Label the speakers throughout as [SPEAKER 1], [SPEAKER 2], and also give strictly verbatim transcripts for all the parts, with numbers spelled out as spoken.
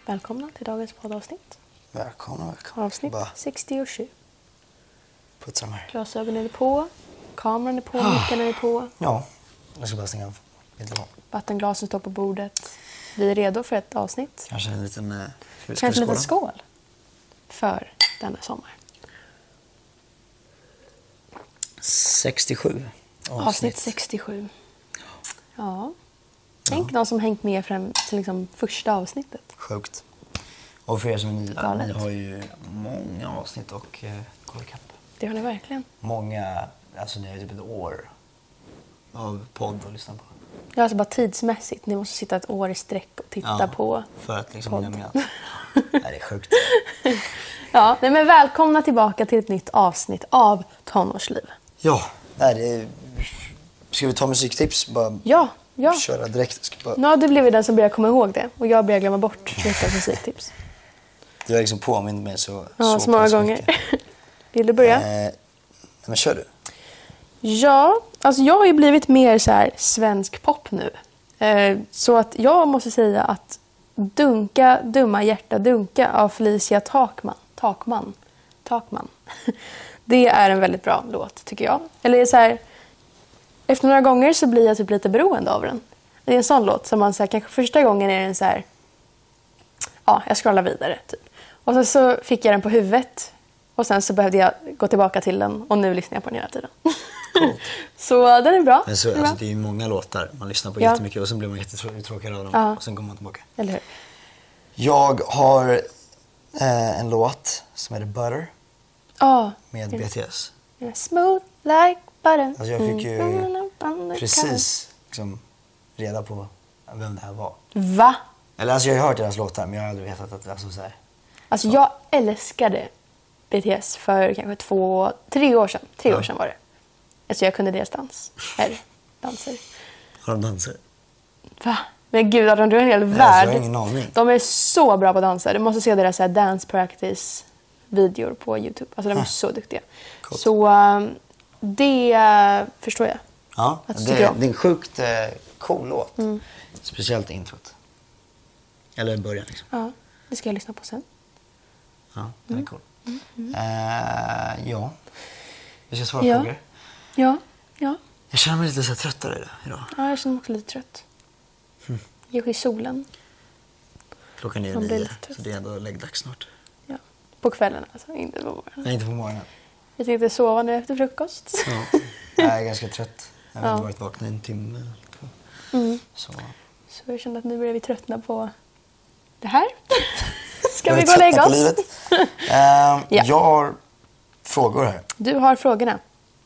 [SPEAKER 1] Välkomna till dagens poddavsnitt.
[SPEAKER 2] Välkomna, välkomna.
[SPEAKER 1] Avsnitt
[SPEAKER 2] Bara
[SPEAKER 1] sextiosju.
[SPEAKER 2] putsa de här.
[SPEAKER 1] Glasögonen är på, kameran är på, mickarna är på.
[SPEAKER 2] Ja, jag ska bara stänga av mitt lån.
[SPEAKER 1] Vattenglasen står på bordet. Vi är redo för ett avsnitt.
[SPEAKER 2] Kanske en liten... Eh,
[SPEAKER 1] Kanske en liten skål för denna sommar.
[SPEAKER 2] sextiosju avsnitt.
[SPEAKER 1] Avsnitt sextiosju. Ja. Tänk ja. någon som hängt med fram till liksom första avsnittet.
[SPEAKER 2] Sjukt. Och för er som är nya,
[SPEAKER 1] Galet.
[SPEAKER 2] ni har ju många avsnitt och eh, kolla kapp.
[SPEAKER 1] Det har ni verkligen.
[SPEAKER 2] Många, alltså ni har ju typ ett år av podd att lyssna på.
[SPEAKER 1] Ja, alltså bara tidsmässigt. Ni måste sitta ett år i sträck och titta
[SPEAKER 2] Ja,
[SPEAKER 1] på
[SPEAKER 2] för att liksom
[SPEAKER 1] podd.
[SPEAKER 2] hinna med. Nej, det är sjukt.
[SPEAKER 1] Ja, nej, men välkomna tillbaka till ett nytt avsnitt av Tonårsliv.
[SPEAKER 2] Ja, nej, det är... Ska vi ta musiktips? Bara
[SPEAKER 1] Ja, ja.
[SPEAKER 2] köra direkt. Ska bara...
[SPEAKER 1] Ja, du blev ju den som började komma ihåg det. Och jag började glömma bort veckans musiktips.
[SPEAKER 2] Du har liksom påmint mig så...
[SPEAKER 1] Ja, så många
[SPEAKER 2] pass
[SPEAKER 1] gånger.
[SPEAKER 2] mycket.
[SPEAKER 1] Vill du börja?
[SPEAKER 2] Eh, men kör du.
[SPEAKER 1] Ja, alltså jag har ju blivit mer så här svensk pop nu. Eh, så att jag måste säga att Dunka, dumma hjärta dunka av Felicia Takman. Takman. Takman. Det är en väldigt bra låt tycker jag. Eller så här, efter några gånger så blir jag typ lite beroende av den. Det är en sån låt som man så här, kanske första gången är den så här, ja, jag scrollar vidare typ. Och sen så fick jag den på huvudet. Och sen så behövde jag gå tillbaka till den. Och nu lyssnar jag på den hela tiden.
[SPEAKER 2] Cool.
[SPEAKER 1] Så den är bra.
[SPEAKER 2] Men så,
[SPEAKER 1] är bra.
[SPEAKER 2] alltså, det är ju många låtar. Man lyssnar på
[SPEAKER 1] Ja.
[SPEAKER 2] jättemycket och sen blir man jättetråkig av dem.
[SPEAKER 1] Ja.
[SPEAKER 2] Och sen kommer man tillbaka.
[SPEAKER 1] Eller hur?
[SPEAKER 2] Jag har eh, en låt som heter Butter
[SPEAKER 1] Ja.
[SPEAKER 2] med B T S.
[SPEAKER 1] Yeah. Smooth like butter.
[SPEAKER 2] Alltså jag fick ju
[SPEAKER 1] Mm.
[SPEAKER 2] precis liksom, reda på vem det här var.
[SPEAKER 1] Va?
[SPEAKER 2] Eller alltså jag har ju hört deras låtar men jag har aldrig vetat att det är så här.
[SPEAKER 1] Alltså jag älskade B T S för kanske två, tre år sedan. Tre
[SPEAKER 2] Ja.
[SPEAKER 1] år sedan var det. Alltså jag kunde deras dans. Eller danser.
[SPEAKER 2] Har de danser?
[SPEAKER 1] Va? Men gud, de drar en hel
[SPEAKER 2] Nej, alltså,
[SPEAKER 1] värld.
[SPEAKER 2] jag har ingen aning.
[SPEAKER 1] De är så bra på danser. Du måste se deras så här, dance practice videor på YouTube. Alltså de är
[SPEAKER 2] Huh.
[SPEAKER 1] så duktiga.
[SPEAKER 2] Coolt.
[SPEAKER 1] Så um, det uh, förstår jag.
[SPEAKER 2] Ja,
[SPEAKER 1] Att du
[SPEAKER 2] det,
[SPEAKER 1] tycker om.
[SPEAKER 2] det är en sjukt eh, cool låt.
[SPEAKER 1] Mm.
[SPEAKER 2] Speciellt introt. Eller början liksom.
[SPEAKER 1] Ja, det ska jag lyssna på sen.
[SPEAKER 2] Ja, den är
[SPEAKER 1] Mm.
[SPEAKER 2] cool. Eh, ja. Vi ska svara
[SPEAKER 1] Ja.
[SPEAKER 2] frågor.
[SPEAKER 1] Ja, ja.
[SPEAKER 2] Jag känner mig lite så här tröttare idag.
[SPEAKER 1] Ja, jag känner mig också lite trött.
[SPEAKER 2] Mm.
[SPEAKER 1] Jag är i solen.
[SPEAKER 2] Klockan är
[SPEAKER 1] Man blir
[SPEAKER 2] nio,
[SPEAKER 1] lite trött.
[SPEAKER 2] så det är ändå läggdags snart.
[SPEAKER 1] Ja. På kvällen alltså, inte på morgonen.
[SPEAKER 2] Nej, inte på morgonen.
[SPEAKER 1] Jag tänkte sova nu efter frukost.
[SPEAKER 2] Ja. Jag är ganska trött. Jag har
[SPEAKER 1] Ja.
[SPEAKER 2] varit vaken en timme. Två.
[SPEAKER 1] Mm.
[SPEAKER 2] Så.
[SPEAKER 1] Så jag kände att nu börjar vi tröttna på det här. Ska
[SPEAKER 2] Jag
[SPEAKER 1] vi
[SPEAKER 2] är
[SPEAKER 1] gå och lägga
[SPEAKER 2] trött på
[SPEAKER 1] oss?
[SPEAKER 2] livet. Ehm,
[SPEAKER 1] Ja.
[SPEAKER 2] Jag har frågor här.
[SPEAKER 1] Du har frågorna.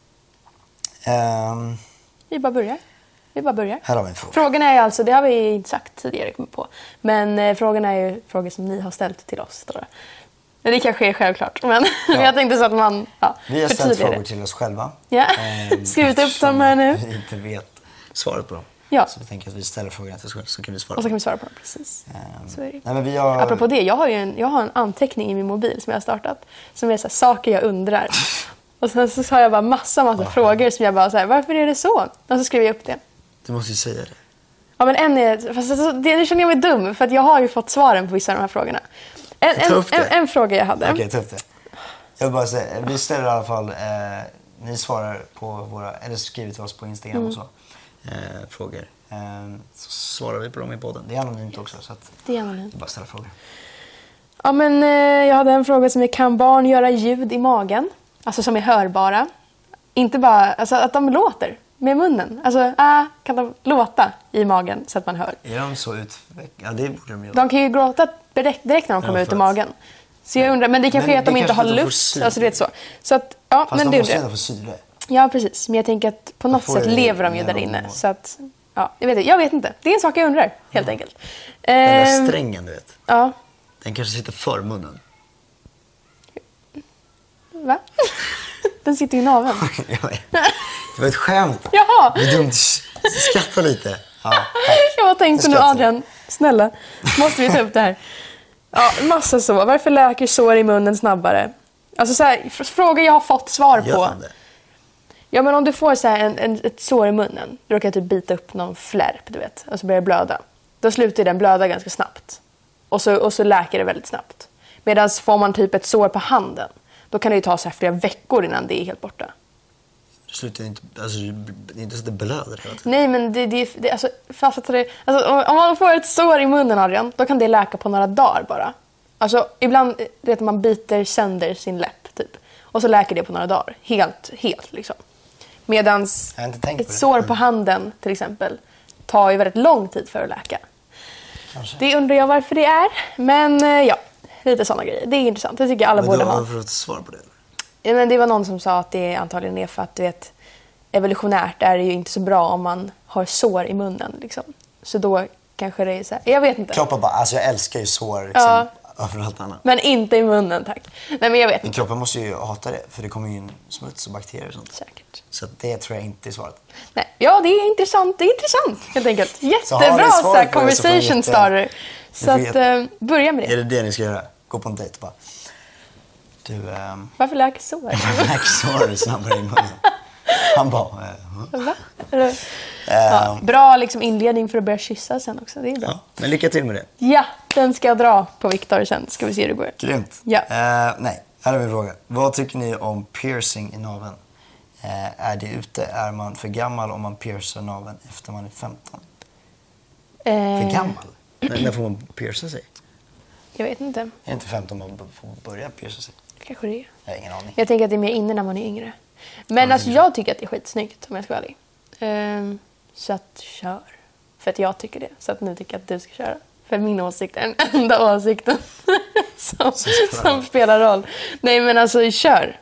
[SPEAKER 2] Ehm,
[SPEAKER 1] Vi bara börjar. Vi bara börjar.
[SPEAKER 2] här har vi en fråga.
[SPEAKER 1] Frågorna är alltså, det har vi inte sagt tidigare kommit på. Men eh, frågorna är ju frågor som ni har ställt till oss. Då. Men det kanske är självklart. Men
[SPEAKER 2] Ja.
[SPEAKER 1] jag tänkte så att man ja,
[SPEAKER 2] Vi har ställt
[SPEAKER 1] förtydligar
[SPEAKER 2] frågor
[SPEAKER 1] det.
[SPEAKER 2] till oss själva.
[SPEAKER 1] Ja.
[SPEAKER 2] Ehm,
[SPEAKER 1] Skrivit upp dem
[SPEAKER 2] eftersom
[SPEAKER 1] här nu.
[SPEAKER 2] Vi inte vet svaret på dem.
[SPEAKER 1] Ja.
[SPEAKER 2] Så vi tänker att vi ställer frågorna till oss själva så kan vi svara
[SPEAKER 1] Och så
[SPEAKER 2] på
[SPEAKER 1] kan vi svara på dem, precis.
[SPEAKER 2] dem.
[SPEAKER 1] Så är det.
[SPEAKER 2] Nej, men vi har...
[SPEAKER 1] Apropå det, jag har ju en, jag har en anteckning i min mobil som jag har startat. Som är så här, saker jag undrar. Och sen så har jag bara massa, massa frågor som jag bara så här, varför är det så? Och så skriver jag upp det.
[SPEAKER 2] Du måste ju säga det.
[SPEAKER 1] Ja, men en är, fast alltså, det, nu känner jag mig dum för att jag har ju fått svaren på vissa av de här frågorna. En,
[SPEAKER 2] Ta
[SPEAKER 1] en,
[SPEAKER 2] upp det.
[SPEAKER 1] en, en fråga jag hade.
[SPEAKER 2] Okej, ta upp det. Jag vill bara säga, vi ställer i alla fall, eh, ni svarar på våra, eller skriver till oss på Instagram
[SPEAKER 1] Mm.
[SPEAKER 2] och så, eh, frågor. Eh, så svarar vi på dem i podden. Det är anonymt också så att
[SPEAKER 1] Det är anonymt.
[SPEAKER 2] det är bara att ställa frågor.
[SPEAKER 1] Ja, men eh, jag hade en fråga som är, kan barn göra ljud i magen? Alltså som är hörbara. Inte bara, alltså att de låter med munnen. Alltså, äh, kan de låta i magen så att man hör?
[SPEAKER 2] Är de så utvecklade? Ja, det borde de göra.
[SPEAKER 1] De kan ju gråta direkt, direkt när de
[SPEAKER 2] Ja,
[SPEAKER 1] kommer ut
[SPEAKER 2] för
[SPEAKER 1] ur
[SPEAKER 2] att-
[SPEAKER 1] magen. Så jag undrar, men det kanske
[SPEAKER 2] Men
[SPEAKER 1] är att de
[SPEAKER 2] det
[SPEAKER 1] inte
[SPEAKER 2] kanske
[SPEAKER 1] har
[SPEAKER 2] att de får
[SPEAKER 1] luft.
[SPEAKER 2] syre.
[SPEAKER 1] Alltså det är så. Så att, ja,
[SPEAKER 2] Fast
[SPEAKER 1] men
[SPEAKER 2] de
[SPEAKER 1] det
[SPEAKER 2] måste
[SPEAKER 1] är
[SPEAKER 2] ändå
[SPEAKER 1] det.
[SPEAKER 2] få syre.
[SPEAKER 1] Ja, precis. Men jag tänker att på något
[SPEAKER 2] får
[SPEAKER 1] sätt
[SPEAKER 2] det
[SPEAKER 1] lever de ju
[SPEAKER 2] mer
[SPEAKER 1] där
[SPEAKER 2] om
[SPEAKER 1] inne.
[SPEAKER 2] de-
[SPEAKER 1] Så att, ja, jag vet inte. Jag vet inte. Det är en sak jag undrar, helt enkelt.
[SPEAKER 2] Den
[SPEAKER 1] Ehm,
[SPEAKER 2] där strängen, du vet.
[SPEAKER 1] Ja,
[SPEAKER 2] Den kanske sitter för munnen.
[SPEAKER 1] va? Den sitter ju i naveln.
[SPEAKER 2] Jag vet. Det var ett skämt.
[SPEAKER 1] Jaha!
[SPEAKER 2] Det är dumt. Skratta lite. Ja, tack.
[SPEAKER 1] Jag bara tänkte
[SPEAKER 2] Jag
[SPEAKER 1] nu,
[SPEAKER 2] skrattar.
[SPEAKER 1] Adrian, snälla, måste vi ta upp det här? Ja, massa så. Varför läker sår i munnen snabbare? Alltså så här, fr- frågor jag har fått svar
[SPEAKER 2] Gör
[SPEAKER 1] på.
[SPEAKER 2] han det?
[SPEAKER 1] Ja, men om du får så här en, en, ett sår i munnen, du råkar typ bita upp någon flärp, du vet, och så börjar det blöda. Då slutar ju den blöda ganska snabbt. Och så, och så läker det väldigt snabbt. Medan får man typ ett sår på handen, då kan det ju ta så här flera veckor innan det är helt borta.
[SPEAKER 2] Det slutar inte, alltså, det är inte så att det blöder hela tiden.
[SPEAKER 1] Nej, men det, det, det, alltså, fast det, alltså, om man får ett sår i munnen, Adrian, då kan det läka på några dagar bara. Alltså, ibland vet man biter sönder sin läpp, typ. Och så läker det på några dagar. Helt, helt liksom. Medans ett sår på handen, till exempel, tar ju väldigt lång tid för att läka. Kanske. Det undrar jag varför det är. Men ja, lite sådana grejer. Det är intressant. Det tycker jag alla
[SPEAKER 2] men
[SPEAKER 1] borde
[SPEAKER 2] ha.
[SPEAKER 1] ha.
[SPEAKER 2] Men du har fått svar på det?
[SPEAKER 1] Ja, men det var någon som sa att det antagligen är för att, du vet, evolutionärt är det ju inte så bra om man har sår i munnen. Liksom. Så då kanske det är så här. Jag vet inte.
[SPEAKER 2] Kroppen bara, alltså jag älskar ju sår liksom,
[SPEAKER 1] ja.
[SPEAKER 2] överallt annat.
[SPEAKER 1] Men inte i munnen, tack. Nej, men jag vet
[SPEAKER 2] men
[SPEAKER 1] inte.
[SPEAKER 2] kroppen måste ju hata det, för det kommer ju in smuts och bakterier och sånt.
[SPEAKER 1] Säkert.
[SPEAKER 2] Så det tror jag inte är svaret.
[SPEAKER 1] Nej. Ja, det är intressant. Det är intressant, helt enkelt. Jättebra så så här, conversation jätte... starter. Så att, uh, börja med det.
[SPEAKER 2] Är det det ni ska göra? Gå på en dejt bara. Du, um...
[SPEAKER 1] Varför läker sår?
[SPEAKER 2] Varför läker sår snabbare i munnen? Han bara... Uh,
[SPEAKER 1] Va? Uh, ja, bra liksom, inledning för att börja kyssa sen också. Det är bra.
[SPEAKER 2] Ja, men lycka till med det.
[SPEAKER 1] Ja, den ska jag dra på Viktor sen. Ska vi se hur det går.
[SPEAKER 2] Grymt.
[SPEAKER 1] Ja.
[SPEAKER 2] Uh, nej, här är min fråga. Vad tycker ni om piercing i naveln? Uh, är det ute? Är man för gammal om man piercar naveln efter man är femton? Uh... För gammal? Men när får man pierca sig?
[SPEAKER 1] Jag vet inte.
[SPEAKER 2] Är det inte femton man får börja pierca sig?
[SPEAKER 1] Kanske det är.
[SPEAKER 2] Jag har ingen aning.
[SPEAKER 1] Jag tänker att det är mer inne när man är yngre. Men ja, alltså, jag tycker att det är skitsnyggt, om jag ska vara ärlig. Um, så att kör. För att jag tycker det. Så att nu tycker jag att du ska köra. För min åsikt är den enda åsikten som, spelar som spelar roll. Nej, men alltså kör.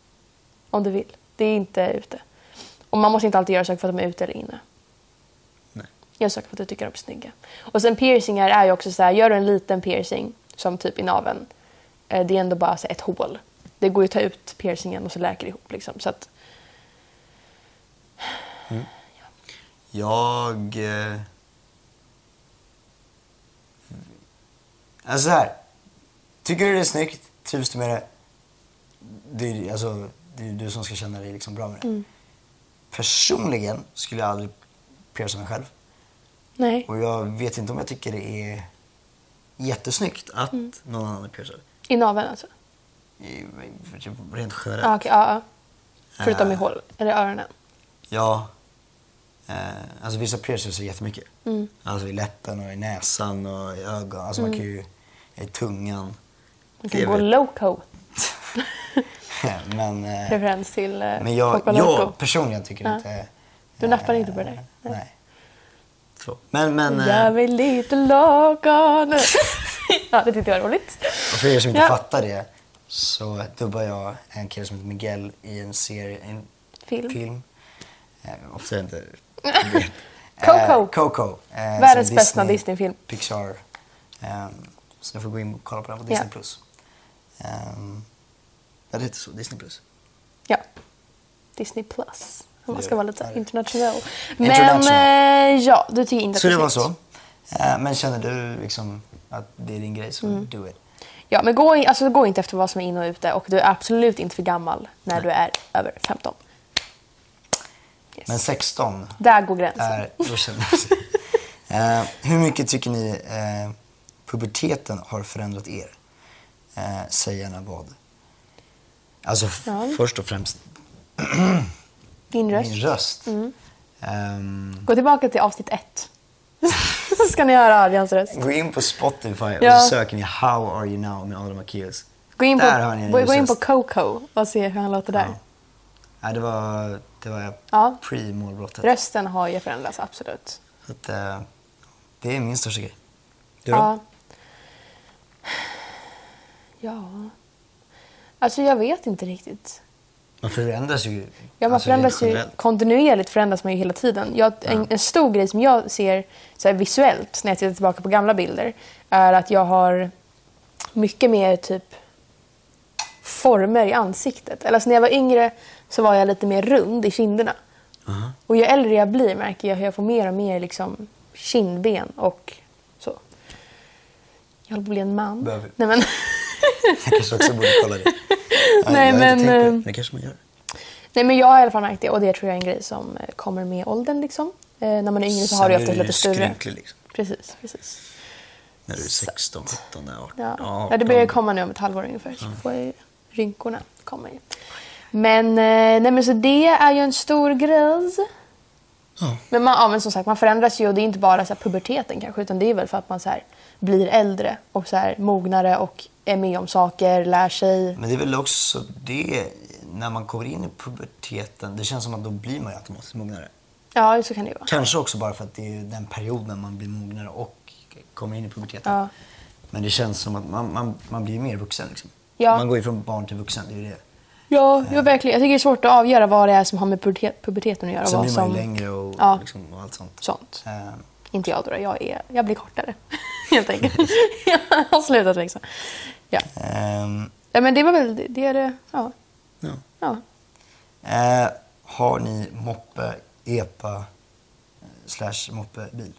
[SPEAKER 1] Om du vill. Det är inte ute. Och man måste inte alltid göra saker för att de är ute eller inne.
[SPEAKER 2] Nej.
[SPEAKER 1] Gör saker för att du tycker de är snygga. Och sen piercingar är ju också så här. Gör du en liten piercing, som typ i naveln. Det är ändå bara så ett hål. Det går ju att ta ut piercingen och så läker det ihop. Liksom. Så att...
[SPEAKER 2] Mm. Ja. Jag... Eh... Alltså här. Tycker du det är snyggt? Trivs du med det? Det är, alltså, det är du som ska känna dig liksom bra med det. Mm. Personligen skulle jag aldrig pierca mig själv.
[SPEAKER 1] Nej.
[SPEAKER 2] Och jag vet inte om jag tycker det är jättesnyggt att mm. någon annan piercar.
[SPEAKER 1] I naveln alltså?
[SPEAKER 2] I, rent generellt.
[SPEAKER 1] Ah, okay, ja, ja. Förutom uh, i hål, eller öronen?
[SPEAKER 2] Ja. Uh, alltså vissa piercar sig jättemycket. Mm. Alltså i läppen och i näsan och i ögon. Alltså mm. man kan ju i tungan.
[SPEAKER 1] Man kan gå loco.
[SPEAKER 2] men, uh,
[SPEAKER 1] Preferens till uh,
[SPEAKER 2] men jag, jag personligen tycker uh. inte... Uh,
[SPEAKER 1] du nappar inte på det? Nej.
[SPEAKER 2] nej. Så. Men, men... Uh,
[SPEAKER 1] jag vill lite loco nu. Ja, det tyckte jag var roligt.
[SPEAKER 2] Och för er som inte ja. fattar det, så dubbar jag en kille som heter Miguel i en serie, en
[SPEAKER 1] film.
[SPEAKER 2] film. Eh, ofta inte
[SPEAKER 1] Coco.
[SPEAKER 2] Eh, Coco. Eh,
[SPEAKER 1] Världens bästa Disney-film.
[SPEAKER 2] Pixar. Eh, så jag får gå in och kolla på den på Disney+. Ja. Plus. Eh, det heter så, Disney+. Plus.
[SPEAKER 1] Ja, Disney+. Plus. Om man ska vara lite internationell. Men international. Eh, ja, du tycker inte att
[SPEAKER 2] så det var så. Eh, men känner du liksom att det är din grej, så mm. do it.
[SPEAKER 1] Ja, men gå, in, alltså, gå inte efter vad som är inne och ute. Och du är absolut inte för gammal när Nej. du är över femton. Yes.
[SPEAKER 2] Men sexton.
[SPEAKER 1] Där går gränsen.
[SPEAKER 2] Är, då känner jag uh, hur mycket tycker ni uh, puberteten har förändrat er? Uh, säg gärna vad. Alltså f- ja. först och främst
[SPEAKER 1] din röst.
[SPEAKER 2] Min röst.
[SPEAKER 1] Mm.
[SPEAKER 2] Um,
[SPEAKER 1] Gå tillbaka till avsnitt ett. Så ska ni höra Adrians röst.
[SPEAKER 2] Gå in på Spotify ja. och så söker ni How Are You Now med Adam Akius.
[SPEAKER 1] Gå in på, gå, gå in på Coco och se hur han låter där.
[SPEAKER 2] Ja. Ja, det var, det var
[SPEAKER 1] ja.
[SPEAKER 2] pre-målbrottet.
[SPEAKER 1] Rösten har ju förändrats, absolut.
[SPEAKER 2] Så att, uh, det är min största grej. Du då?
[SPEAKER 1] Ja. Ja. Alltså jag vet inte riktigt.
[SPEAKER 2] Man förändras ju.
[SPEAKER 1] Ja, man alltså, förändras ju kontinuerligt, förändras man ju hela tiden. Jag, ja. en, en stor grej som jag ser så här visuellt när jag tittar tillbaka på gamla bilder är att jag har mycket mer typ former i ansiktet. Eller alltså, när jag var yngre så var jag lite mer rund i kinderna. Uh-huh. Och ju äldre jag blir märker jag hur jag får mer och mer liksom kindben och så. Jag håller på att bli en man.
[SPEAKER 2] Behöver.
[SPEAKER 1] Nej, men...
[SPEAKER 2] jag kanske också borde kolla det. Ja,
[SPEAKER 1] nej, men,
[SPEAKER 2] det. det kanske man gör.
[SPEAKER 1] Nej, men jag har i alla fall märkt det. Och det tror jag är en grej som kommer med åldern. Liksom. Eh, när man är yngre så har du ofta lite större.
[SPEAKER 2] Liksom.
[SPEAKER 1] Precis, precis.
[SPEAKER 2] När du är sexton, sjutton, arton.
[SPEAKER 1] Ja.
[SPEAKER 2] Ja,
[SPEAKER 1] ja, det börjar komma nu om ett halvår ungefär. Så får jag ju rynkorna komma ju. Men, eh, nej, men så det är ju en stor grej.
[SPEAKER 2] Ja.
[SPEAKER 1] Men, man, ja, men som sagt, man förändras ju och det är inte bara så här puberteten kanske. Utan det är väl för att man så här, blir äldre och så här, mognare och är med om saker, lär sig.
[SPEAKER 2] Men det är väl också det, när man kommer in i puberteten, det känns som att då blir man ju automatiskt mognare.
[SPEAKER 1] Ja, så kan det ju vara.
[SPEAKER 2] Kanske också bara för att det är den perioden man blir mognare och kommer in i puberteten.
[SPEAKER 1] Ja.
[SPEAKER 2] Men det känns som att man, man, man blir mer vuxen liksom.
[SPEAKER 1] Ja.
[SPEAKER 2] Man går ju från barn till vuxen, det är ju det.
[SPEAKER 1] Ja, ja, verkligen. Jag tycker det är svårt att avgöra vad det är som har med pubertet, puberteten att göra.
[SPEAKER 2] Sen
[SPEAKER 1] vad
[SPEAKER 2] blir man
[SPEAKER 1] som,
[SPEAKER 2] ju längre och,
[SPEAKER 1] ja.
[SPEAKER 2] liksom, och allt sånt.
[SPEAKER 1] Sånt.
[SPEAKER 2] Uh,
[SPEAKER 1] Inte jag då, jag, är, jag blir kortare. Helt enkelt. Jag har slutat liksom. Ja.
[SPEAKER 2] um,
[SPEAKER 1] Ja, men det var väl det. det, är det ja.
[SPEAKER 2] ja.
[SPEAKER 1] Ja.
[SPEAKER 2] Uh, har ni moppe, epa, slash moppebil?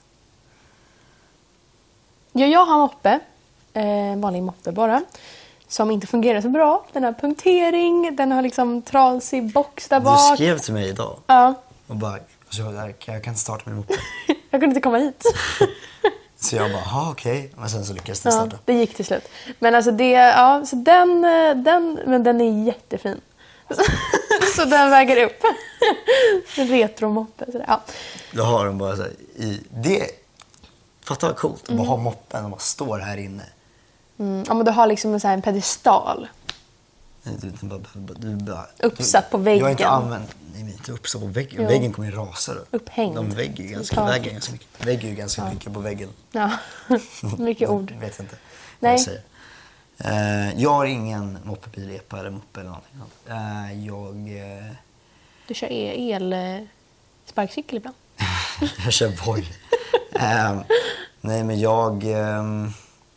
[SPEAKER 1] Ja, jag har moppe. En eh, vanlig moppe bara. Som inte fungerar så bra. Den har punktering. Den har liksom trasig box där bak.
[SPEAKER 2] Du skrev till mig idag.
[SPEAKER 1] Ja.
[SPEAKER 2] Och bara, alltså, jag, jag kan inte starta min moppe.
[SPEAKER 1] Jag kunde inte komma hit.
[SPEAKER 2] Så jag bara, ja okej. Okay. Men sen så lyckades det starta.
[SPEAKER 1] Ja, det gick till slut. Men alltså det, ja, så den, den, men den är jättefin. Så den väger upp. Retromoppe. Så ja.
[SPEAKER 2] Då har de bara så här, i det. Fatta vad coolt att mm. bara ha moppen och bara står här inne.
[SPEAKER 1] Mm, ja, men du har liksom en, så här, en pedestal.
[SPEAKER 2] Du, du, bara, du, bara,
[SPEAKER 1] uppsatt på väggen.
[SPEAKER 2] Jag har inte använt, nej men inte uppsatt på väggen. Jo. Väggen kommer ju rasa då.
[SPEAKER 1] Upphängd.
[SPEAKER 2] De vägger ju ganska, väger ganska mycket. Vägger ju ganska ja. mycket på väggen.
[SPEAKER 1] Ja, mycket ord.
[SPEAKER 2] Jag vet inte
[SPEAKER 1] nej.
[SPEAKER 2] vad jag säger. Uh, jag har ingen moppebil, epa eller moppe eller någonting sånt. Uh, jag... Uh...
[SPEAKER 1] Du kör el, el sparkcykel ibland?
[SPEAKER 2] Jag kör Voi. uh, nej men jag... Um...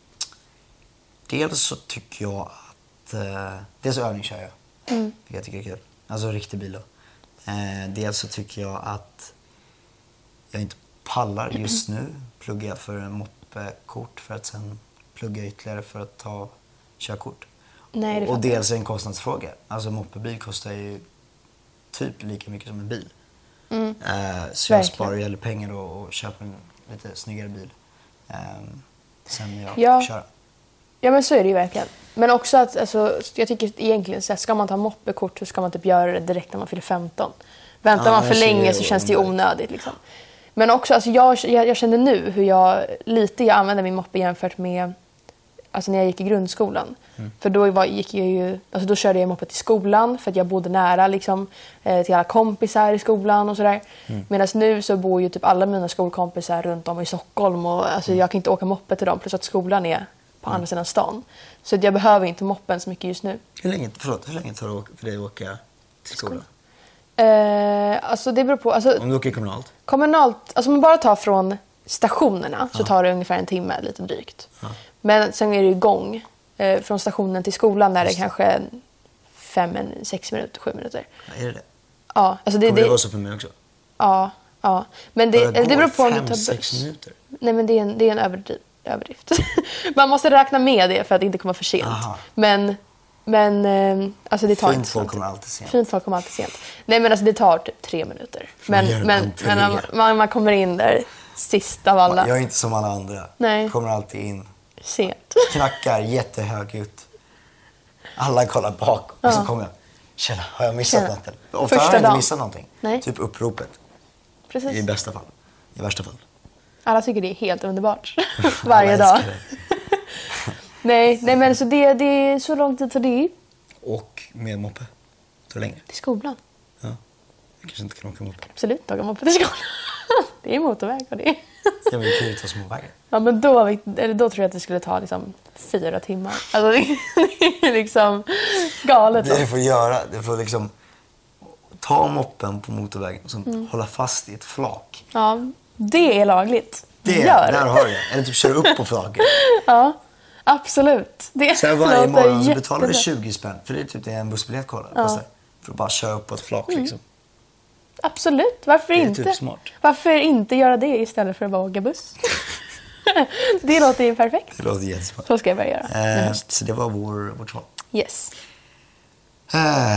[SPEAKER 2] Dels så tycker jag att... Uh... Dels så övning kör jag. Mm. Jag tycker det är kul. Alltså riktig bil då. Uh, dels så tycker jag att jag inte pallar just nu plugga för en moppekort för att sen plugga ytterligare för att ta körkort.
[SPEAKER 1] Nej, det
[SPEAKER 2] och dels är det en kostnadsfråga. Alltså moppebil kostar ju typ lika mycket som en bil. Mm. Uh, så jag Verkligen. sparar ju hellre pengar då och köper en lite snyggare bil. Um, sen när jag
[SPEAKER 1] ja.
[SPEAKER 2] får köra.
[SPEAKER 1] Ja, men så är det ju verkligen. Men också att, alltså, jag tycker egentligen så här, ska man ta moppekort så ska man typ göra det direkt när man fyller femton. Väntar ah, man för länge så känns det ju onödigt liksom. Men också, alltså, jag, jag, jag kände nu hur jag lite jag använde min moppe jämfört med alltså när jag gick i grundskolan. Mm. För då var, gick jag ju, alltså då körde jag moppe till skolan för att jag bodde nära liksom, eh, till alla kompisar i skolan och sådär. Mm. Medan nu så bor ju typ alla mina skolkompisar runt om i Stockholm och alltså, mm. jag kan inte åka moppe till dem plus att skolan är på mm. andra sidan stan. Så att jag behöver inte moppen så mycket just nu.
[SPEAKER 2] Hur länge, förlåt, hur länge tar det för dig att åka till skolan?
[SPEAKER 1] Eh, alltså det beror på. Alltså,
[SPEAKER 2] om du åker kommunalt?
[SPEAKER 1] Kommunalt, alltså om man bara tar från stationerna ja. så tar det ungefär en timme, lite drygt. Ja. Men sen är det ju gång eh, från stationen till skolan där det kanske fem, sex minuter, sju minuter.
[SPEAKER 2] Ja, är det det?
[SPEAKER 1] Ja, alltså det,
[SPEAKER 2] Kommer
[SPEAKER 1] det
[SPEAKER 2] det vara så för mig också?
[SPEAKER 1] Ja, ja. Men det, det, det beror på om du tar buss.
[SPEAKER 2] sex minuter?
[SPEAKER 1] Nej, men det är en, det är en överdrift. överdrift. Man måste räkna med det för att inte komma för sent.
[SPEAKER 2] Aha.
[SPEAKER 1] Men Men eh, alltså det tar
[SPEAKER 2] Fint
[SPEAKER 1] inte
[SPEAKER 2] folk kommer alltid sent.
[SPEAKER 1] Fint folk kommer alltid sent. Nej, men alltså det tar typ tre minuter. Men, men, men man, man, man kommer in där sist av alla.
[SPEAKER 2] Jag är inte som alla andra.
[SPEAKER 1] Nej.
[SPEAKER 2] Kommer alltid in.
[SPEAKER 1] Sent.
[SPEAKER 2] Knackar jättehög ut. Alla kollar bak. Och ja. så kommer jag. Tjena, har jag missat Tjena. något? Ofta har jag inte dag. missat någonting. Nej. Typ uppropet.
[SPEAKER 1] Precis.
[SPEAKER 2] I bästa fall. I värsta fall.
[SPEAKER 1] Alla tycker det är helt underbart. Varje dag. nej, nej, men så det, det är så lång tid för det.
[SPEAKER 2] Och med moppe? Så länge?
[SPEAKER 1] Till skolan.
[SPEAKER 2] Ja. Jag kanske inte kan åka moppe.
[SPEAKER 1] Absolut, åka moppe till skolan. Det är motorväg och det.
[SPEAKER 2] Ja, men vi kan ju ta småvägar.
[SPEAKER 1] Ja, men då, eller då tror jag att det skulle ta liksom fyra timmar. Alltså det är liksom galet.
[SPEAKER 2] Det du får göra, du får liksom ta moppen på motorvägen och så mm. hålla fast i ett flak.
[SPEAKER 1] Ja, det är lagligt.
[SPEAKER 2] Det,
[SPEAKER 1] Gör.
[SPEAKER 2] där har du det. Eller typ köra upp på flaket.
[SPEAKER 1] Ja, absolut. Det
[SPEAKER 2] så varje morgon så betalar du tjugo spänn. För det är typ det en bussbiljett kollar. Ja. För att bara köra upp på ett flak mm. liksom.
[SPEAKER 1] Absolut, varför
[SPEAKER 2] det är
[SPEAKER 1] inte?
[SPEAKER 2] Typ smart.
[SPEAKER 1] Varför inte göra det istället för att bara åka buss? Det låter ju perfekt.
[SPEAKER 2] Det låter jättesmart.
[SPEAKER 1] Så ska jag börja göra.
[SPEAKER 2] Eh, så det var vår, vårt svar.
[SPEAKER 1] Yes.
[SPEAKER 2] Eh,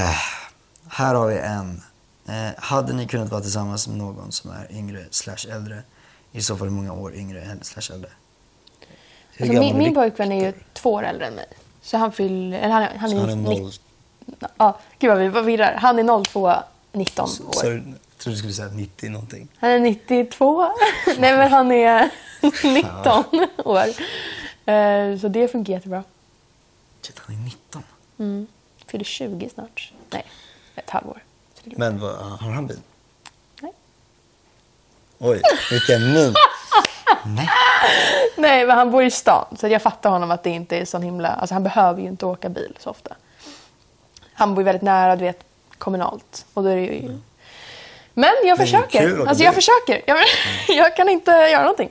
[SPEAKER 2] här har vi en. Eh, hade ni kunnat vara tillsammans med någon som är yngre slash äldre? I så fall hur många år yngre slash äldre?
[SPEAKER 1] Alltså, min min pojkvän är ju två år äldre än mig. Så han fyller... Eller han, han är,
[SPEAKER 2] så han är noll...
[SPEAKER 1] Ja, gud vad vi förvirrar. Han är noll två, nitton år.
[SPEAKER 2] Så, jag trodde du skulle säga nittio någonting.
[SPEAKER 1] Han är nittiotvå. Nej, men han är nitton år. Uh, så det funkar jättebra.
[SPEAKER 2] Shit, han är nitton.
[SPEAKER 1] Mm. Fyller tjugo snart. Nej, ett halvår.
[SPEAKER 2] Men vad, har han bil?
[SPEAKER 1] Nej.
[SPEAKER 2] Oj, vilken min. Nej.
[SPEAKER 1] Nej, men han bor i stan. Så jag fattar honom att det inte är så himla... Alltså han behöver ju inte åka bil så ofta. Han bor ju väldigt nära, du vet, kommunalt. Och då är det ju... Mm. Men jag försöker. Alltså jag försöker. Jag, jag kan inte göra någonting.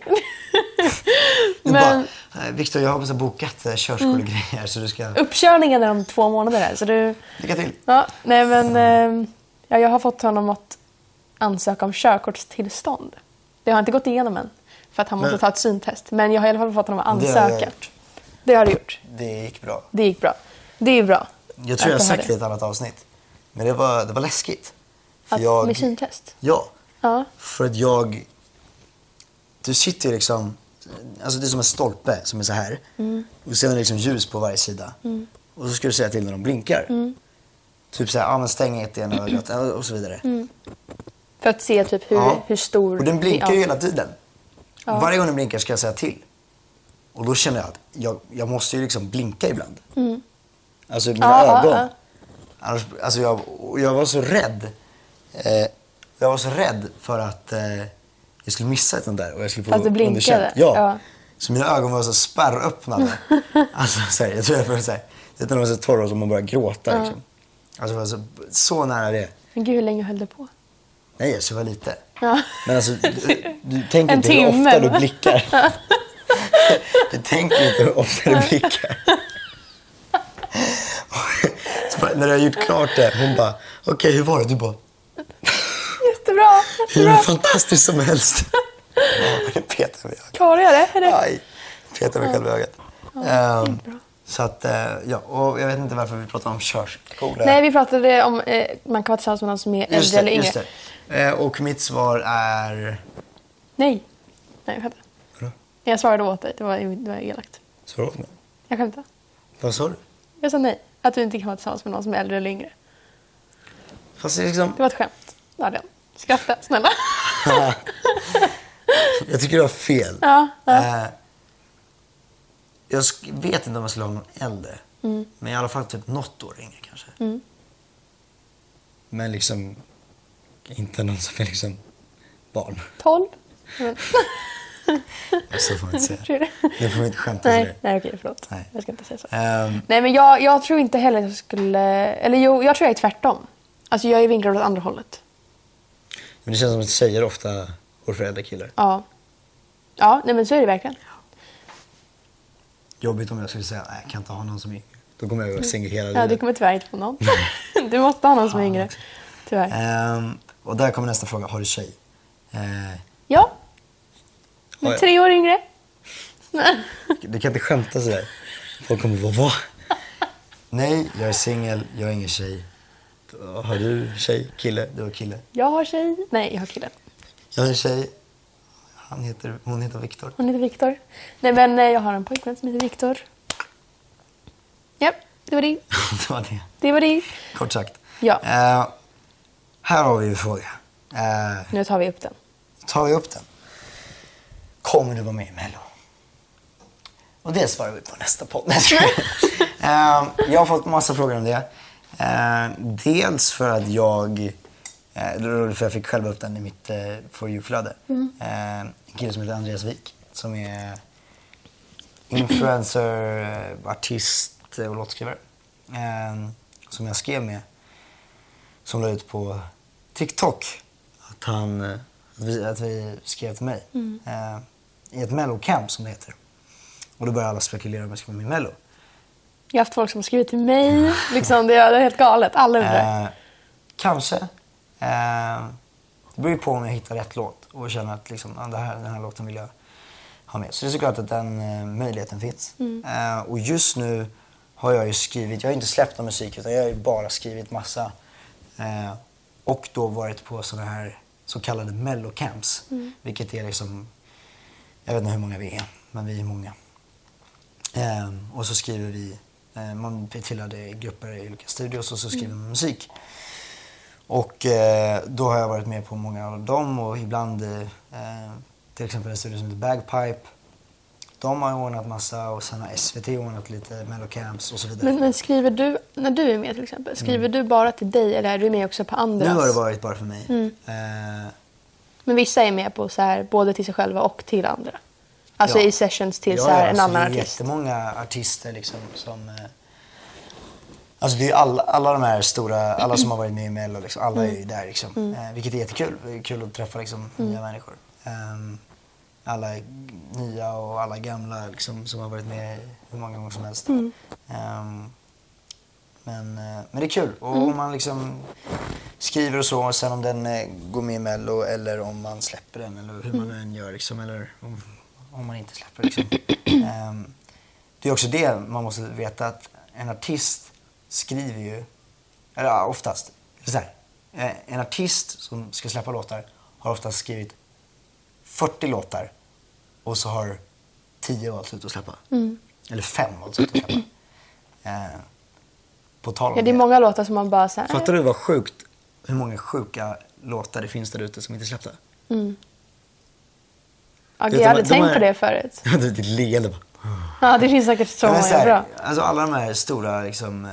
[SPEAKER 2] Men Victor, jag har också bokat uh, körskolegrejer mm. så du ska...
[SPEAKER 1] Uppkörningen är om två månader här, så du...
[SPEAKER 2] Lycka till.
[SPEAKER 1] Ja, nej men... Uh, ja, jag har fått honom att ansöka om körkortstillstånd. Det har inte gått igenom än. För att han måste men... ta ett syntest. Men jag har i alla fall fått honom att ansöka. Det har, det har du gjort.
[SPEAKER 2] Det gick bra.
[SPEAKER 1] Det gick bra. Det är bra.
[SPEAKER 2] Jag tror jag har sagt det i ett annat avsnitt. Men det var, det var läskigt. För
[SPEAKER 1] att,
[SPEAKER 2] jag,
[SPEAKER 1] med syntest?
[SPEAKER 2] Ja.
[SPEAKER 1] Ja.
[SPEAKER 2] För att jag... Du sitter ju liksom... Alltså det är som en stolpe som är så här. Mm. Och sen är det liksom ljus på varje sida. Mm. Och så ska du säga till när de blinkar. Mm. Typ så här, ja men stäng ett i ena ögat och så vidare. Mm.
[SPEAKER 1] För att se typ hur, ja. hur stor...
[SPEAKER 2] Och den blinkar ju hela tiden. Ja. Varje gång den blinkar ska jag säga till. Och då känner jag att jag, jag måste ju liksom blinka ibland. Mm. Alltså mina ja, ögon. Ja, ja. Annars, alltså jag, jag var så rädd. Eh, jag var så rädd för att eh, jag skulle missa ett sånt där. Och jag skulle få
[SPEAKER 1] att du blinkade?
[SPEAKER 2] Ja. ja. Så mina ögon var så spärröppnade. Alltså så här, jag tror jag får säga. Det var så torra som man bara gråta. Ja. Liksom. Alltså jag var så, så nära det.
[SPEAKER 1] Men gud, hur länge höll du på?
[SPEAKER 2] Nej, så var lite.
[SPEAKER 1] Ja.
[SPEAKER 2] Men alltså, du, du tänker inte hur ofta du blickar. Du tänker inte hur ofta du blickar. Bara, när jag har gjort klart det, hon bara, okej, okay, hur var det? Du bara...
[SPEAKER 1] Jättebra, jättebra.
[SPEAKER 2] Hur fantastiskt som helst. Ja, det petar mig i ögat.
[SPEAKER 1] Klarar jag det? Eller?
[SPEAKER 2] Aj, petar mig själv i ögat.
[SPEAKER 1] Ja, um,
[SPEAKER 2] så att, ja, och jag vet inte varför vi pratar om körskola.
[SPEAKER 1] Nej, vi pratade om eh, man kan vara tillsammans med någon som är äldre eller yngre. Just
[SPEAKER 2] det. Eh, och mitt svar är...
[SPEAKER 1] Nej. Nej, jag skämtar.
[SPEAKER 2] Vadå?
[SPEAKER 1] Jag svarade åt dig. Det var, det var elakt.
[SPEAKER 2] Svarade åt mig?
[SPEAKER 1] Jag skämtar.
[SPEAKER 2] Vad sa du?
[SPEAKER 1] Jag sa nej. Att du inte kan vara tillsammans med någon som är äldre eller yngre.
[SPEAKER 2] Fast det, liksom...
[SPEAKER 1] det var ett skämt. Adrian. Skratta, snälla.
[SPEAKER 2] Jag tycker det var fel.
[SPEAKER 1] Ja, ja.
[SPEAKER 2] Eh, jag vet inte om jag skulle ha någon äldre. Mm. Men i alla fall typ något år yngre kanske. Mm. Men liksom inte någon som är liksom barn.
[SPEAKER 1] tolv?
[SPEAKER 2] Så får man inte säga. Det får man inte skämta
[SPEAKER 1] nej,
[SPEAKER 2] sig.
[SPEAKER 1] nej, okej, förlåt.
[SPEAKER 2] Nej.
[SPEAKER 1] Jag ska inte säga så.
[SPEAKER 2] Um,
[SPEAKER 1] nej, men jag, jag tror inte heller att jag skulle... Eller jo, jag tror jag är tvärtom. Alltså jag är vinklad åt andra hållet.
[SPEAKER 2] Men det känns som att tjejer ofta går för äldre killar.
[SPEAKER 1] Ja. Ja, nej men så är det verkligen.
[SPEAKER 2] Jobbigt om jag skulle säga, nej jag kan inte ha någon som är yngre. Då kommer jag vara singel hela livet.
[SPEAKER 1] Ja, du kommer tyvärr inte få någon. Du måste ha någon som är yngre. Tyvärr.
[SPEAKER 2] Um, och där kommer nästa fråga, har du tjej? Uh,
[SPEAKER 1] ja. Men tre år yngre.
[SPEAKER 2] Du kan inte skämta sådär. Folk kommer vara, vad? Nej, jag är singel, jag har ingen tjej. Har du tjej, kille? Du har kille.
[SPEAKER 1] Jag har tjej. Nej, jag har kille.
[SPEAKER 2] Jag har en tjej. Han heter, hon heter Victor.
[SPEAKER 1] Hon heter Victor. Nej, men jag har en pojkvän som heter Victor. Ja, det var det.
[SPEAKER 2] det var det.
[SPEAKER 1] Det var det.
[SPEAKER 2] Kort sagt.
[SPEAKER 1] Ja.
[SPEAKER 2] Uh, här har vi en fråga. Uh,
[SPEAKER 1] nu tar vi upp den.
[SPEAKER 2] Tar vi upp den. Kommer du vara med i Mello? Och det svarar vi på nästa podd. uh, jag har fått massa frågor om det. Uh, dels för att jag... Uh, för jag fick själv upp den i mitt uh, For You-flöde. Mm. Uh, en kille som heter Andreas Wik. Som är influencer, uh, artist och låtskrivare. Uh, som jag skrev med. Som la ut på TikTok. Att, han, uh, att, vi, att vi skrev till mig. Mm. Uh, I ett Mello-camp som det heter. Och då började alla spekulera om jag ska vara med i Mello.
[SPEAKER 1] Jag har haft folk som har skrivit till mig. Liksom, det är helt galet. Alla undrar.
[SPEAKER 2] Eh, kanske. Eh, det beror ju på om jag hittar rätt låt. Och känner att liksom, ah, det här, den här låten vill jag ha med. Så det är såklart att den eh, möjligheten finns. Mm. Eh, och just nu har jag ju skrivit. Jag har inte släppt någon musik. Utan jag har ju bara skrivit massa. Eh, och då varit på sådana här så kallade Mello-camps. Mm. Vilket är liksom... Jag vet inte hur många vi är. Men vi är många. Ehm, och så skriver vi, eh, man tillhörde grupper i olika studios och så skriver man mm. musik. Och eh, då har jag varit med på många av dem och ibland eh, till exempel en studio som heter Bagpipe. De har ordnat massa och sen har S V T ordnat lite mellocamps och så vidare.
[SPEAKER 1] Men, men skriver du, när du är med till exempel, skriver mm. du bara till dig eller är du med också på andras?
[SPEAKER 2] Nu har det varit bara för mig.
[SPEAKER 1] Mm.
[SPEAKER 2] Eh,
[SPEAKER 1] men vissa är med på så här, både till sig själva och till andra? Alltså
[SPEAKER 2] ja.
[SPEAKER 1] i sessions till
[SPEAKER 2] ja,
[SPEAKER 1] så här,
[SPEAKER 2] ja,
[SPEAKER 1] en
[SPEAKER 2] alltså
[SPEAKER 1] annan
[SPEAKER 2] artist? Det är
[SPEAKER 1] artist?
[SPEAKER 2] jättemånga artister liksom som... Eh, alltså det är alla, alla de här stora, alla som har varit med i Mello, liksom, alla mm. är ju där liksom. Mm. Eh, vilket är jättekul. Det är kul att träffa liksom, mm. nya människor. Um, alla nya och alla gamla liksom, som har varit med hur många gånger som helst. Mm. Um, men, uh, men det är kul. Och mm. om man liksom skriver och så, och sen om den uh, går med i Mello eller om man släpper den eller hur man än gör liksom, eller om, om man inte släpper liksom. um, det är också det man måste veta, att en artist skriver ju, eller ja, oftast, så här, en artist som ska släppa låtar har oftast skrivit fyrtio låtar och så har tio valt ut att släppa. Mm. Eller fem valt ut att släppa. eh, på tal om
[SPEAKER 1] ja, det är många låtar som man bara så här...
[SPEAKER 2] Fattar du vad sjukt, hur många sjuka låtar det finns där ute som inte släppta?
[SPEAKER 1] Mm. Ja, jag hade de tänkt är, på det förut.
[SPEAKER 2] Ja, det är ett leende bara.
[SPEAKER 1] Ja, det finns säkert så många så här, bra.
[SPEAKER 2] Alltså alla de här stora liksom...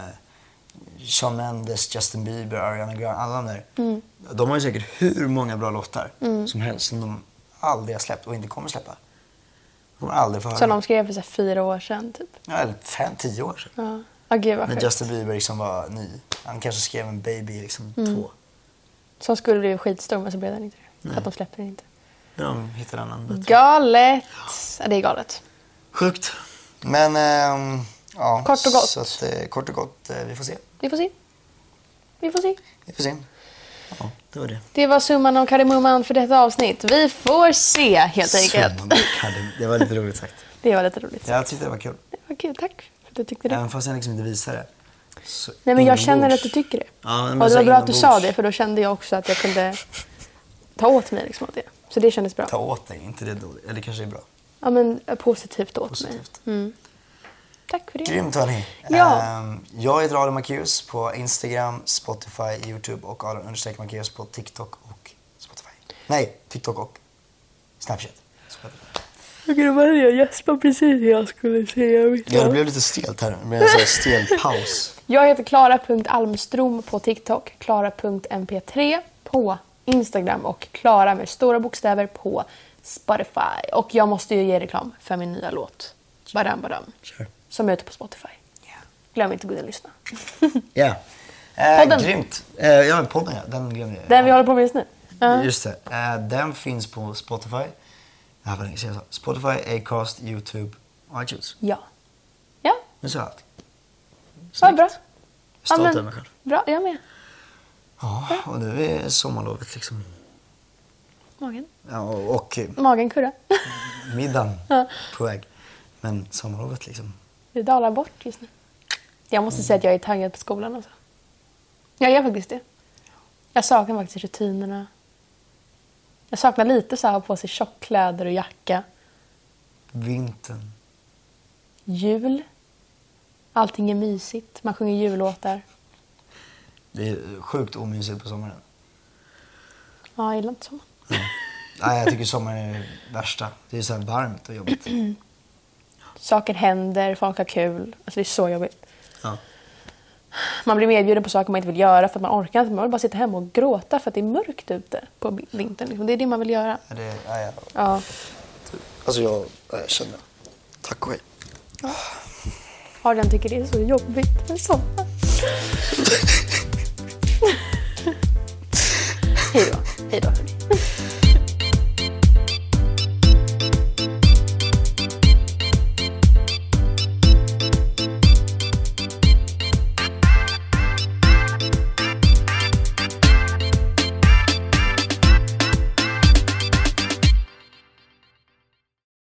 [SPEAKER 2] Shawn Mendes, Justin Bieber, Ariana Grande, alla de där. Mm. De har ju säkert hur många bra låtar mm. som helst som de aldrig har släppt och inte kommer släppa. De har aldrig fått höra.
[SPEAKER 1] Så de skrev för så här, fyra år sedan typ?
[SPEAKER 2] Ja, eller fem, tio år sedan.
[SPEAKER 1] Ja, oh, gud vad
[SPEAKER 2] när
[SPEAKER 1] sjukt.
[SPEAKER 2] Justin Bieber liksom var ny. Han kanske skrev en Baby liksom mm. två.
[SPEAKER 1] Som skulle bli skitstor, men så blev den inte det. För att de släpper den inte.
[SPEAKER 2] De hittar en annan bättre.
[SPEAKER 1] Galet! Ja, det är galet.
[SPEAKER 2] Sjukt. Men, ähm, ja.
[SPEAKER 1] Kort och gott.
[SPEAKER 2] Så att, eh, kort och gott, eh, vi får se.
[SPEAKER 1] Vi får se. Vi får se.
[SPEAKER 2] Vi får se. Ja, det var det.
[SPEAKER 1] Det var summan av kardemumman för detta avsnitt. Vi får se, helt enkelt.
[SPEAKER 2] Det var lite roligt sagt.
[SPEAKER 1] Det var lite roligt.
[SPEAKER 2] Jag tyckte det var kul.
[SPEAKER 1] Det var kul, tack för att du tyckte det.
[SPEAKER 2] Även fast jag liksom inte visade det. Så
[SPEAKER 1] nej, men jag känner att du tycker det.
[SPEAKER 2] Ja, men
[SPEAKER 1] och det var bra att du sa det, för då kände jag också att jag kunde ta åt mig liksom av det. Så det kändes bra.
[SPEAKER 2] Ta åt dig, inte det dåligt. Eller kanske är bra.
[SPEAKER 1] Ja, men positivt åt
[SPEAKER 2] positivt.
[SPEAKER 1] mig. Mm. Tack för det.
[SPEAKER 2] Grymt, hörni.
[SPEAKER 1] Ja.
[SPEAKER 2] Um, jag heter Adam Macéus på Instagram, Spotify, YouTube och Adam understreck Macéus på TikTok och Spotify. Nej, TikTok och Snapchat.
[SPEAKER 1] Jag kunde bara jag gäspade precis jag skulle säga mitt.
[SPEAKER 2] Ja, det blev lite stelt här. Det blev en sån här stel paus.
[SPEAKER 1] Jag heter Klara punkt Almstrom på TikTok, Klara punkt M P tre på Instagram och Klara med stora bokstäver på Spotify. Och jag måste ju ge reklam för min nya låt. Badam Badam.
[SPEAKER 2] Sure.
[SPEAKER 1] Som är ute på Spotify.
[SPEAKER 2] Yeah.
[SPEAKER 1] Glöm inte att gå in och lyssna.
[SPEAKER 2] Ja. Yeah. Eh, grymt. Eh, ja, podden, ja. Den glömde jag.
[SPEAKER 1] Den vi håller på med just nu. Uh-huh.
[SPEAKER 2] Just det. Eh, den finns på Spotify. Ja, vad länge sedan jag sa. Spotify, Acast, YouTube och iTunes.
[SPEAKER 1] Ja. Ja.
[SPEAKER 2] Men så allt.
[SPEAKER 1] Ja, bra.
[SPEAKER 2] Stolt
[SPEAKER 1] ja,
[SPEAKER 2] över mig själv.
[SPEAKER 1] Bra, jag med.
[SPEAKER 2] Ja, och nu är sommarlovet liksom.
[SPEAKER 1] Magen.
[SPEAKER 2] Ja, och... och
[SPEAKER 1] Magen kurra.
[SPEAKER 2] Middagen
[SPEAKER 1] ja.
[SPEAKER 2] på väg. Men sommarlovet liksom.
[SPEAKER 1] Det dalar bort just nu. Jag måste mm. säga att jag är taggad på skolan också. Jag gör faktiskt det. Jag saknar faktiskt rutinerna. Jag saknar lite så här på sig tjockkläder och jacka.
[SPEAKER 2] Vintern.
[SPEAKER 1] Jul. Allting är mysigt. Man sjunger jullåtar.
[SPEAKER 2] Det är sjukt omysigt på sommaren.
[SPEAKER 1] Ja, jag gillar inte sommaren.
[SPEAKER 2] Ja. Nej, jag tycker sommaren är det värsta. Det är så här varmt och jobbigt.
[SPEAKER 1] Saker händer, folk har kul. Alltså det är så jobbigt.
[SPEAKER 2] Ja.
[SPEAKER 1] Man blir medbjuden på saker man inte vill göra för att man orkar inte. Man vill bara sitta hemma och gråta för att det är mörkt ute på vintern. Det är det man vill göra.
[SPEAKER 2] Ja, det, ja, ja.
[SPEAKER 1] Ja.
[SPEAKER 2] Alltså jag, jag känner... Tack och hej.
[SPEAKER 1] Ja. Adrian tycker det är så jobbigt med sommar.